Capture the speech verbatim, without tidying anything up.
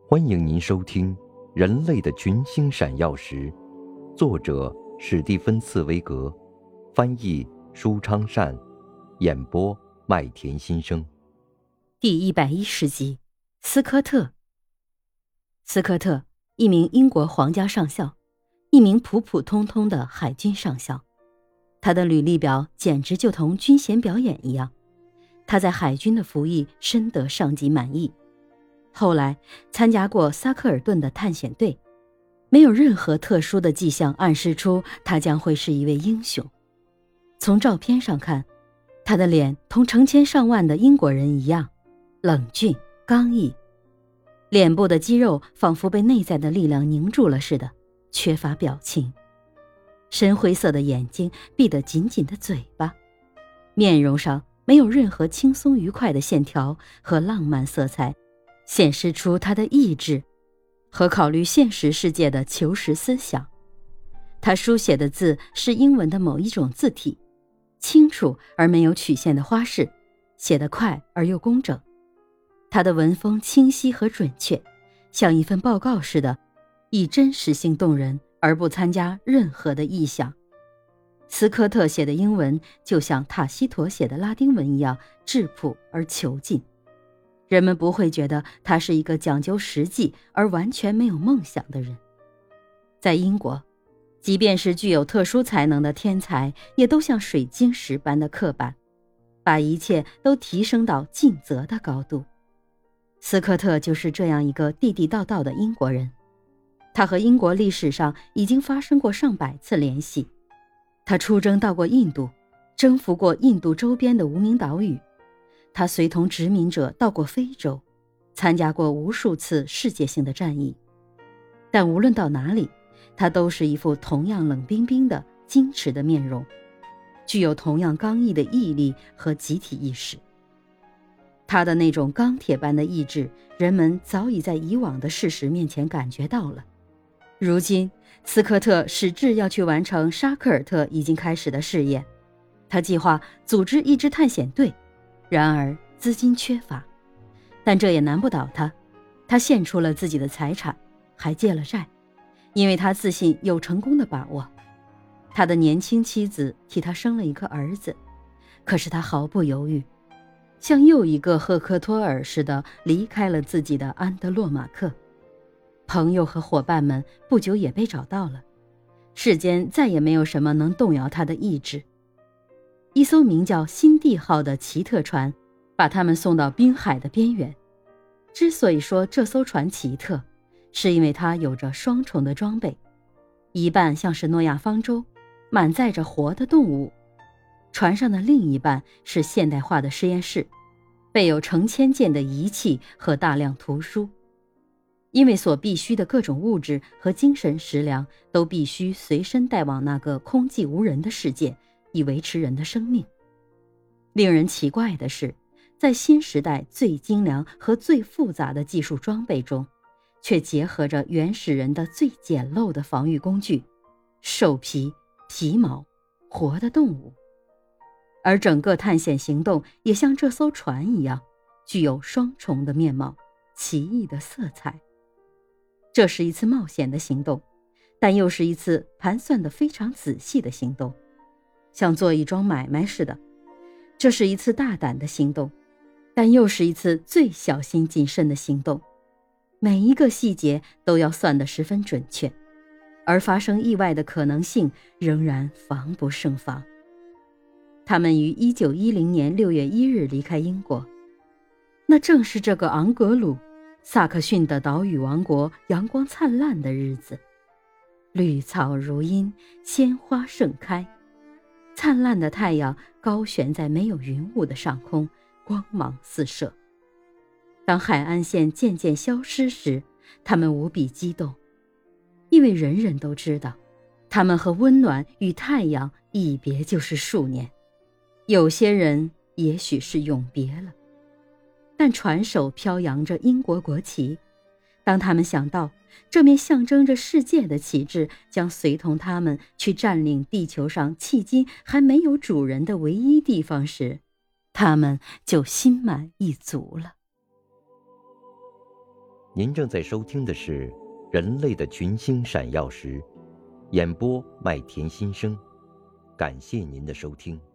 欢迎您收听《人类的群星闪耀时》，作者史蒂芬·茨威格，翻译舒昌善，演播麦田心声。 第一百一十集，斯科特。斯科特，一名英国皇家上校，一名普普通通的海军上校。他的履历表简直就同军衔表演一样。他在海军的服役深得上级满意。后来参加过萨克尔顿的探险队，没有任何特殊的迹象暗示出他将会是一位英雄。从照片上看，他的脸同成千上万的英国人一样，冷峻刚毅，脸部的肌肉仿佛被内在的力量凝住了似的，缺乏表情。深灰色的眼睛，闭得紧紧的嘴巴，面容上没有任何轻松愉快的线条和浪漫色彩，显示出他的意志和考虑现实世界的求实思想。他书写的字是英文的某一种字体，清楚而没有曲线的花式，写得快而又工整。他的文风清晰和准确，像一份报告似的，以真实性动人，而不参加任何的臆想。斯科特写的英文就像塔西佗写的拉丁文一样质朴而遒劲，人们不会觉得他是一个讲究实际而完全没有梦想的人。在英国，即便是具有特殊才能的天才，也都像水晶石般的刻板，把一切都提升到尽责的高度。斯科特就是这样一个地地道道的英国人。他和英国历史上已经发生过上百次联系。他出征到过印度，征服过印度周边的无名岛屿。他随同殖民者到过非洲，参加过无数次世界性的战役。但无论到哪里，他都是一副同样冷冰冰的矜持的面容，具有同样刚毅的毅力和集体意识。他的那种钢铁般的意志，人们早已在以往的事实面前感觉到了。如今斯科特矢志要去完成沙克尔特已经开始的事业，他计划组织一支探险队，然而资金缺乏，但这也难不倒他。他献出了自己的财产，还借了债，因为他自信有成功的把握。他的年轻妻子替他生了一个儿子，可是他毫不犹豫，像又一个赫克托尔似的离开了自己的安德洛马克。朋友和伙伴们不久也被找到了，世间再也没有什么能动摇他的意志。一艘名叫辛蒂号的奇特船把他们送到滨海的边缘。之所以说这艘船奇特，是因为它有着双重的装备，一半像是诺亚方舟，满载着活的动物，船上的另一半是现代化的实验室，备有成千件的仪器和大量图书。因为所必需的各种物质和精神食粮都必须随身带往那个空寂无人的世界，以维持人的生命。令人奇怪的是，在新时代最精良和最复杂的技术装备中，却结合着原始人的最简陋的防御工具——兽皮、皮毛、活的动物。而整个探险行动也像这艘船一样，具有双重的面貌，奇异的色彩。这是一次冒险的行动，但又是一次盘算得非常仔细的行动，像做一桩买卖似的。这是一次大胆的行动，但又是一次最小心谨慎的行动。每一个细节都要算得十分准确，而发生意外的可能性仍然防不胜防。他们于一九一零年六月一日离开英国，那正是这个昂格鲁萨克逊的岛屿王国阳光灿烂的日子，绿草如茵，鲜花盛开，灿烂的太阳高悬在没有云雾的上空，光芒四射。当海岸线渐渐消失时，他们无比激动，因为人人都知道，他们和温暖与太阳一别就是数年，有些人也许是永别了。但船首飘扬着英国国旗，当他们想到这面象征着世界的旗帜将随同他们去占领地球上迄今还没有主人的唯一地方时，他们就心满意足了。 您正在收听的是《人类的群星闪耀时》，演播麦田心声。感谢您的收听。